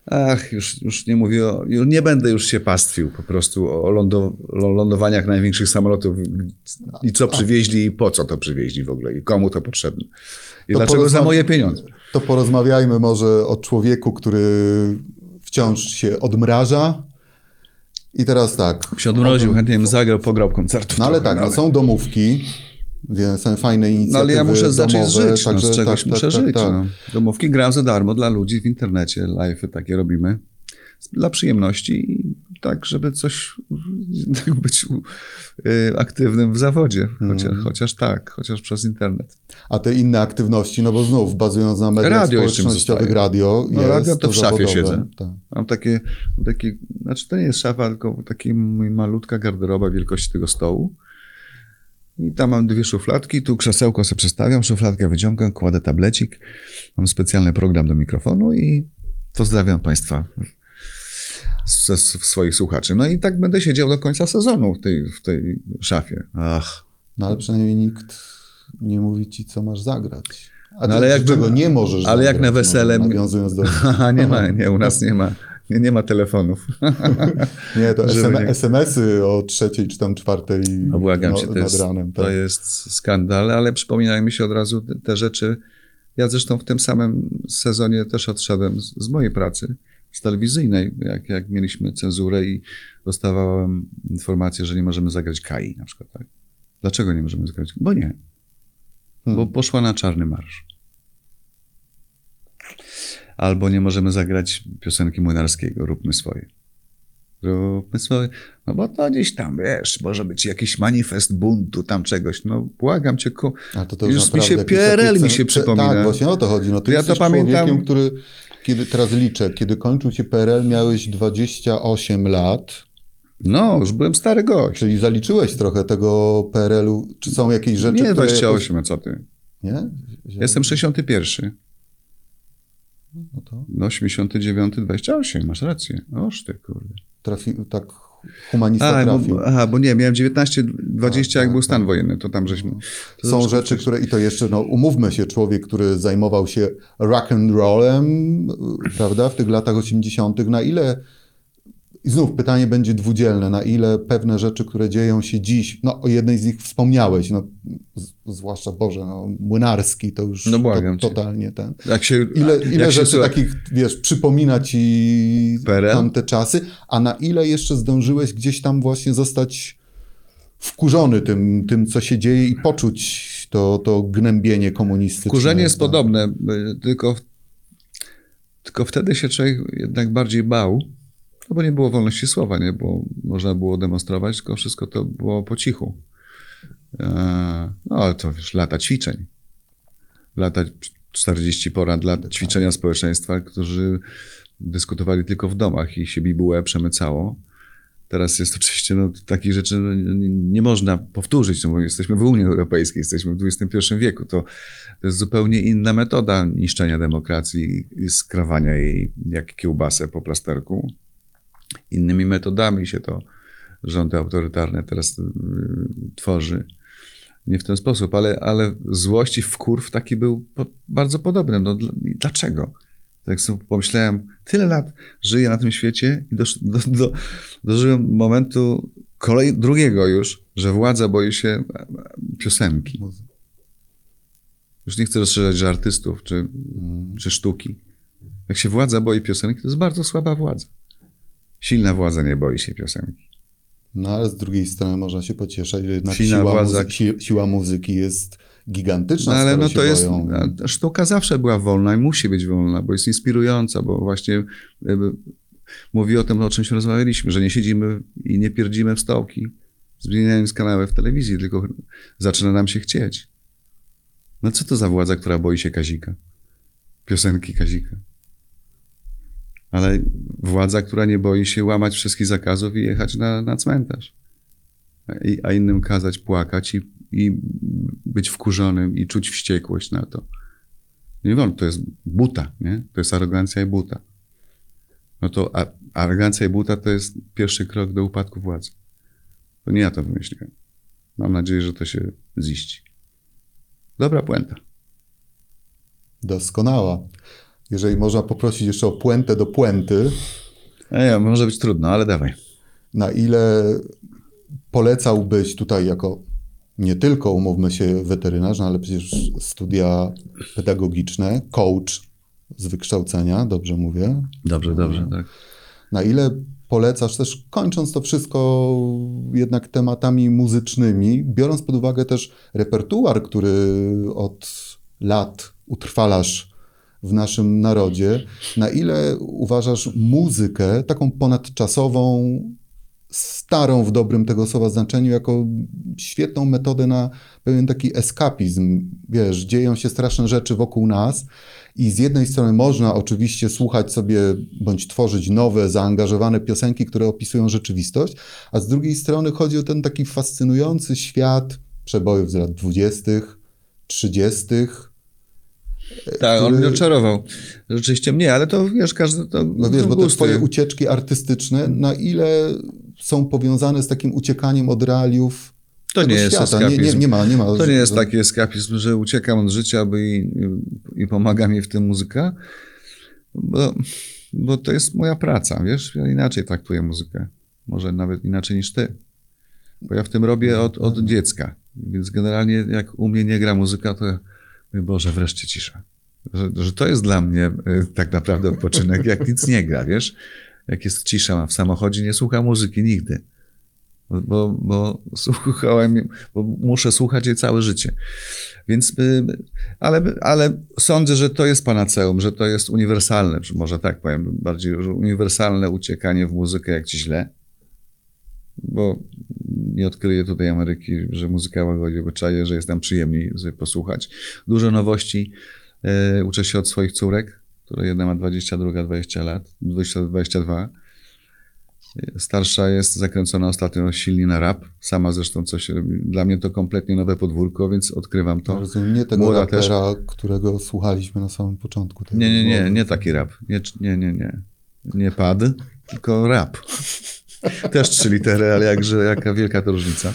Ach, już, już nie mówię o, już nie będę już się pastwił po prostu o lądo, lądowaniach największych samolotów i co przywieźli i po co to przywieźli w ogóle i komu to potrzebne. I To dlaczego za porozmawia- moje pieniądze. To porozmawiajmy może o człowieku, który wciąż się odmraża. I teraz tak. Się odmroził, chętnie bym zagrał, pograł koncertów. No ale trochę, tak, no, są domówki, więc są fajne inicjatywy No ale ja muszę zacząć domowe, żyć, no, z także czegoś tak, muszę tak, tak, żyć. tak. No. Domówki gram za darmo dla ludzi w internecie, live'y takie robimy. Dla przyjemności i tak, żeby coś tak być y, aktywnym w zawodzie. Chociaż, Mhm. chociaż tak, chociaż przez internet. A te inne aktywności, no bo znów bazując na mediach Radio jeszcze mi społecznościowych, zostaje. radio No, jest, radio to w szafie zawodowe. siedzę. Tak. Mam takie, takie, znaczy to nie jest szafa, tylko taka malutka garderoba wielkości tego stołu. I tam mam dwie szufladki, tu krzesełko sobie przestawiam, szufladkę wyciągam, kładę tablecik, mam specjalny program do mikrofonu i pozdrawiam Państwa ze z swoich słuchaczy. No i tak będę siedział do końca sezonu w tej, w tej szafie. Ach. No ale przynajmniej nikt nie mówi ci, co masz zagrać. A No, ty ale jakby- czego nie możesz ale jak zagrać, na wesele- no, nawiązując do... nie ma, nie, u nas nie ma, nie, nie ma telefonów. Nie, to Żeby SM, nie- es em esy o trzeciej czy tam czwartej No błagam cię, to nad jest, ranem. to Tak. jest skandal, ale przypominają mi się od razu te, te rzeczy. Ja zresztą w tym samym sezonie też odszedłem z, z mojej pracy, z telewizyjnej, jak, jak mieliśmy cenzurę i dostawałem informację, że nie możemy zagrać Kai na przykład. Tak? Dlaczego nie możemy zagrać? Bo nie. Bo Hmm. poszła na czarny marsz. Albo nie możemy zagrać piosenki Młynarskiego, róbmy swoje. Róbmy swoje. No bo to gdzieś tam, wiesz, może być jakiś manifest buntu, tam czegoś. No błagam cię, ku... A to, to już mi naprawdę się jakieś P R L takie mi cen- się te- przypomina. Tak, właśnie o to chodzi. No ty Ja jesteś to pamiętam- człowiekiem, który, kiedy teraz liczę, kiedy kończył się P R L, miałeś dwadzieścia osiem lat, No, już byłem stary gość. czyli zaliczyłeś trochę tego P R L-u. Czy są jakieś rzeczy, Nie które... dwadzieścia osiem, a co ty? Jakoś... Nie? Że- Jestem sześćdziesiąty pierwszy. No to No, osiemdziesiąty dziewiąty, dwadzieścia osiem, masz rację. Oż ty, kurde. trafi... tak humanista A, trafił. bo, aha, bo nie, miałem dziewiętnaście, dwadzieścia, Tak, jak tak, był stan tak. wojenny, to tam żeśmy... To Są zresztą rzeczy, coś- które, i to jeszcze, no umówmy się, człowiek, który zajmował się rock and rollem, prawda, w tych latach osiemdziesiątych, na ile, i znów pytanie będzie dwudzielne, na ile pewne rzeczy, które dzieją się dziś, no o jednej z nich wspomniałeś, no z, zwłaszcza, Boże, no Młynarski, to już No błagam to, cię. totalnie ten. Jak się, Ile, jak ile się rzeczy słucha- takich, wiesz, przypomina ci P R L? tamte czasy, a na ile jeszcze zdążyłeś gdzieś tam właśnie zostać wkurzony tym, tym co się dzieje i poczuć to, to gnębienie komunistyczne. Wkurzenie jest tak. podobne, y, tylko, tylko wtedy się człowiek jednak bardziej bał, no bo nie było wolności słowa, nie było, można było demonstrować, tylko wszystko to było po cichu. E, No ale to wiesz, lata ćwiczeń. Lata czterdzieści porad lat ćwiczenia społeczeństwa, którzy dyskutowali tylko w domach i się bibułę przemycało. Teraz jest oczywiście, no, takich rzeczy no, nie, nie można powtórzyć, no, bo jesteśmy w Unii Europejskiej, jesteśmy w dwudziestym pierwszym wieku. To, to jest zupełnie inna metoda niszczenia demokracji i skrawania jej jak kiełbasę po plasterku. Innymi metodami się to rządy autorytarne teraz y, tworzy. Nie w ten sposób, ale, ale złość i wkurw taki był po, bardzo podobny. No, dl- dlaczego? Tak sobie pomyślałem, tyle lat żyję na tym świecie i dosz, do, do, dożyłem momentu kolej, drugiego już, że władza boi się e, e, piosenki. Już nie chcę rozszerzać, że artystów czy, czy sztuki. Jak się władza boi piosenki, to jest bardzo słaba władza. Silna władza nie boi się piosenki. No ale z drugiej strony można się pocieszać, że jednak Silna siła, władza- muzy- si- siła muzyki jest gigantyczna, No, ale skoro no się to jest, boją. a sztuka zawsze była wolna i musi być wolna, bo jest inspirująca, bo właśnie y, mówi o tym, o czymś rozmawialiśmy, że nie siedzimy i nie pierdzimy w stołki, zmieniając kanały w telewizji, tylko zaczyna nam się chcieć. No co to za władza, która boi się Kazika? Piosenki Kazika. Ale władza, która nie boi się łamać wszystkich zakazów i jechać na, na cmentarz. I, a innym kazać płakać i, i być wkurzonym i czuć wściekłość na to. Nie wolno, to jest buta, nie? To jest arogancja i buta. No to a, arogancja i buta to jest pierwszy krok do upadku władzy. To nie ja to wymyśliłem. Mam nadzieję, że to się ziści. Dobra puenta. Doskonała. jeżeli można poprosić jeszcze o puentę do puenty, Nie, może być trudno, ale dawaj. na ile polecałbyś tutaj jako nie tylko, umówmy się, weterynarz, no ale przecież studia pedagogiczne, coach z wykształcenia, dobrze mówię? Dobrze, dobrze, tak. Na ile polecasz też, kończąc to wszystko jednak tematami muzycznymi, biorąc pod uwagę też repertuar, który od lat utrwalasz w naszym narodzie, na ile uważasz muzykę taką ponadczasową, starą w dobrym tego słowa znaczeniu, jako świetną metodę na pewien taki eskapizm. Wiesz, dzieją się straszne rzeczy wokół nas i z jednej strony można oczywiście słuchać sobie bądź tworzyć nowe, zaangażowane piosenki, które opisują rzeczywistość, a z drugiej strony chodzi o ten taki fascynujący świat przebojów z lat dwudziestych, trzydziestych. Tak, który... on mnie oczarował. Rzeczywiście mnie, ale to wiesz, każdy to No wiesz, bo te gusty. twoje ucieczki artystyczne, na ile są powiązane z takim uciekaniem od realiów To tego nie jest świata? Nie, nie, eskapizm. nie ma, nie ma. To nie jest taki eskapizm, że uciekam od życia by i, i pomaga mi w tym muzyka, bo, bo to jest moja praca, wiesz? Ja inaczej traktuję muzykę. Może nawet inaczej niż ty. Bo ja w tym robię od, od dziecka. Więc generalnie jak u mnie nie gra muzyka, to mówię, Boże, wreszcie cisza. Że, że to jest dla mnie y, tak naprawdę odpoczynek, jak nic nie gra, wiesz? Jak jest cisza w samochodzie, nie słucham muzyki nigdy. Bo, bo słuchałem, bo muszę słuchać jej całe życie. Więc, ale, ale sądzę, że to jest panaceum, że to jest uniwersalne, czy może tak powiem, bardziej że uniwersalne uciekanie w muzykę, jak ci źle. Bo nie odkryję tutaj Ameryki, że muzyka łagodzi obyczaje, że jest tam przyjemniej sobie posłuchać. Dużo nowości. E, uczę się od swoich córek, które jedna ma dwadzieścia, druga dwadzieścia lat, dwadzieścia, dwadzieścia dwa. Starsza jest zakręcona ostatnio silnie na rap. Sama zresztą coś robi. Dla mnie to kompletnie nowe podwórko, więc odkrywam to. Rozumiem, nie tego Młoda rapera, którego słuchaliśmy na samym początku. tej Nie, nie, nie, rozmowy. nie taki rap. Nie, nie, nie, nie. Nie pad, tylko rap. Też trzy litery, ale jakże, jaka wielka to różnica.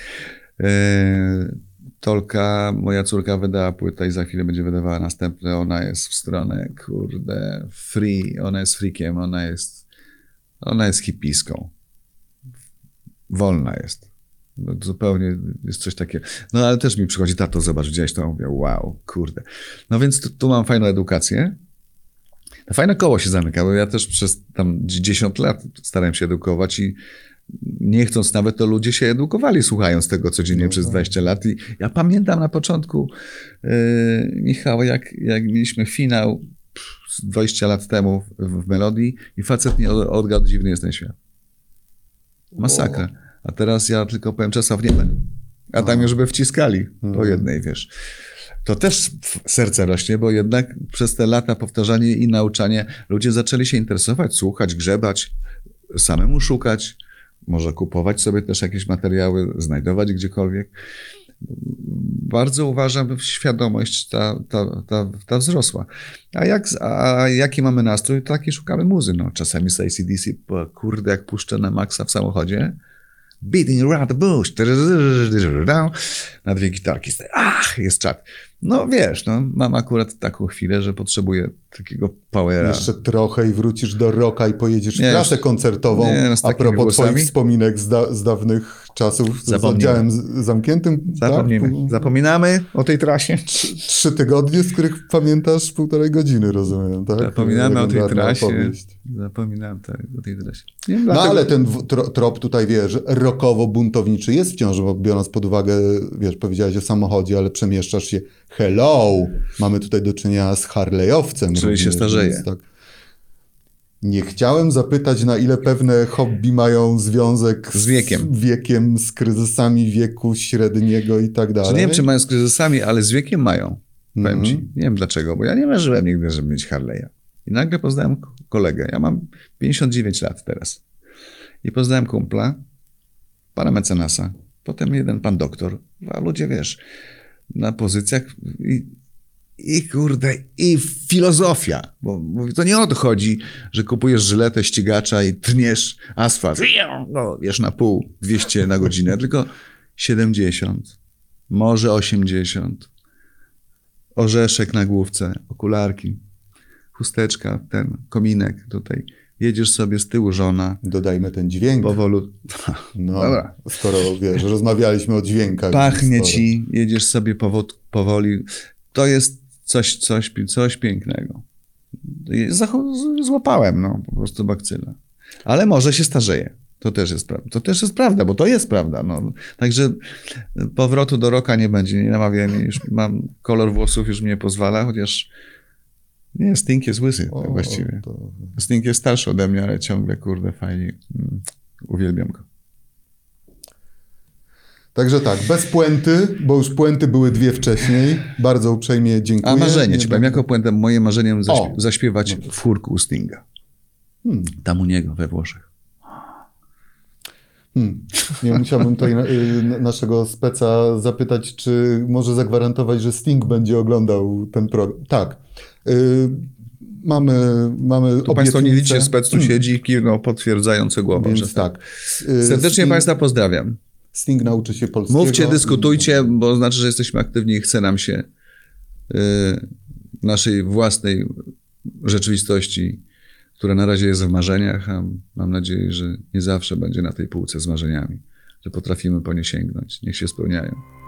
E, Tolka, moja córka wydała płytę i za chwilę będzie wydawała następne. Ona jest w stronę, kurde, free. Ona jest freakiem, ona jest Ona jest hipiską. Wolna jest. No, zupełnie jest coś takiego. No ale też mi przychodzi, tato, zobacz, widziałeś to? Mówię, wow, kurde. No więc tu, tu mam fajną edukację. Fajne koło się zamyka, bo ja też przez tam dziesięć lat starałem się edukować i nie chcąc nawet, to ludzie się edukowali, słuchając tego codziennie No, przez tak. dwadzieścia lat. I ja pamiętam na początku, yy, Michał, jak, jak mieliśmy finał dwadzieścia lat temu w, w Melodii i facet nie od- odgadł, dziwny jest ten świat. Masakra. A teraz ja tylko powiem Czesław Niemen. A tam już by wciskali po jednej, wiesz. To też w- serce rośnie, bo jednak przez te lata powtarzanie i nauczanie ludzie zaczęli się interesować, słuchać, grzebać, samemu szukać, może kupować sobie też jakieś materiały, znajdować gdziekolwiek. Bardzo uważam, że świadomość ta, ta, ta, ta wzrosła. A, jak, a jaki mamy nastrój, taki szukamy muzy. No, czasami z A C D C, bo kurde, jak puszczę na maksa w samochodzie, beating around the bush, na dwie gitarki, ach, jest czat. No wiesz, no, mam akurat taką chwilę, że potrzebuję takiego powera. Jeszcze trochę i wrócisz do rocka i pojedziesz Nie, w trasę już- koncertową. nie, no, z a takimi propos głosami? twoich wspominek z, da, z dawnych czasów z Zapomnimy. oddziałem z- zamkniętym. Zapomnimy. Tak? Zapominamy o tej trasie. Trzy tygodnie, z których pamiętasz półtorej godziny, rozumiem, tak? Zapominamy o tej Legendarna trasie. opowieść. Zapominam tak, o tej trasie. Nie, No dlatego- ale ten w- tro, trop tutaj, wiesz, rockowo-buntowniczy jest wciąż, bo biorąc pod uwagę, wiesz, powiedziałeś o samochodzie, ale przemieszczasz się, hello, mamy tutaj do czynienia z Harley'owcem. Czyli się również, starzeje. więc Tak. Nie chciałem zapytać, na ile pewne hobby mają związek Z wiekiem. z, wiekiem, z kryzysami wieku średniego i tak dalej. Że nie wiem, czy mają z kryzysami, ale z wiekiem mają. Powiem Mhm. ci. Nie wiem dlaczego, bo ja nie marzyłem nigdy, żeby mieć Harley'a. I nagle poznałem k- kolegę. Ja mam pięćdziesiąt dziewięć lat teraz. I poznałem kumpla, pana mecenasa, potem jeden pan doktor, a ludzie, wiesz, na pozycjach i, i kurde, i filozofia. Bo, bo to nie o to chodzi, że kupujesz żyletę ścigacza i tniesz asfalt. No, wiesz, na pół, dwieście na godzinę, tylko siedemdziesiąt, może osiemdziesiąt. Orzeszek na główce, okularki. chusteczka, ten kominek tutaj. Jedziesz sobie z tyłu żona, Dodajmy ten dźwięk. powolu... No, Dobra. skoro wiesz, rozmawialiśmy o dźwiękach. Pachnie sporo. ci, jedziesz sobie powod, powoli. To jest coś, coś, coś pięknego. Zach- złapałem, no, po prostu bakcyla. Ale może się starzeje. To też jest prawda. To też jest prawda, bo to jest prawda. No. Także powrotu do roka nie będzie. Nie namawiaj mnie. Już mam kolor włosów, już mnie pozwala, chociaż nie, Sting jest łysy O, tak właściwie. to... Sting jest starszy ode mnie, ale ciągle, kurde, fajnie. Mm, uwielbiam go. Także tak, bez puenty, bo już puenty były dwie wcześniej. Bardzo uprzejmie dziękuję. A marzenie, Nie ci powiem, będę- jako puentę, moje marzeniem zaśpie- O. zaśpiewać w chórku u Stinga. Hmm. Tam u niego we Włoszech. Hmm. Nie musiałbym tutaj y, naszego speca zapytać, czy może zagwarantować, że Sting będzie oglądał ten program. Tak. Y, mamy mamy Tu Państwo nie obietnicę. widzicie, spec tu siedzi i kiwnął potwierdzająco głową. Więc Że tak. Y, Serdecznie Sting, Państwa pozdrawiam. Sting nauczy się polskiego. Mówcie, dyskutujcie, bo znaczy, że jesteśmy aktywni i chce nam się y, naszej własnej rzeczywistości, która na razie jest w marzeniach, a mam nadzieję, że nie zawsze będzie na tej półce z marzeniami, że potrafimy po nie sięgnąć. Niech się spełniają.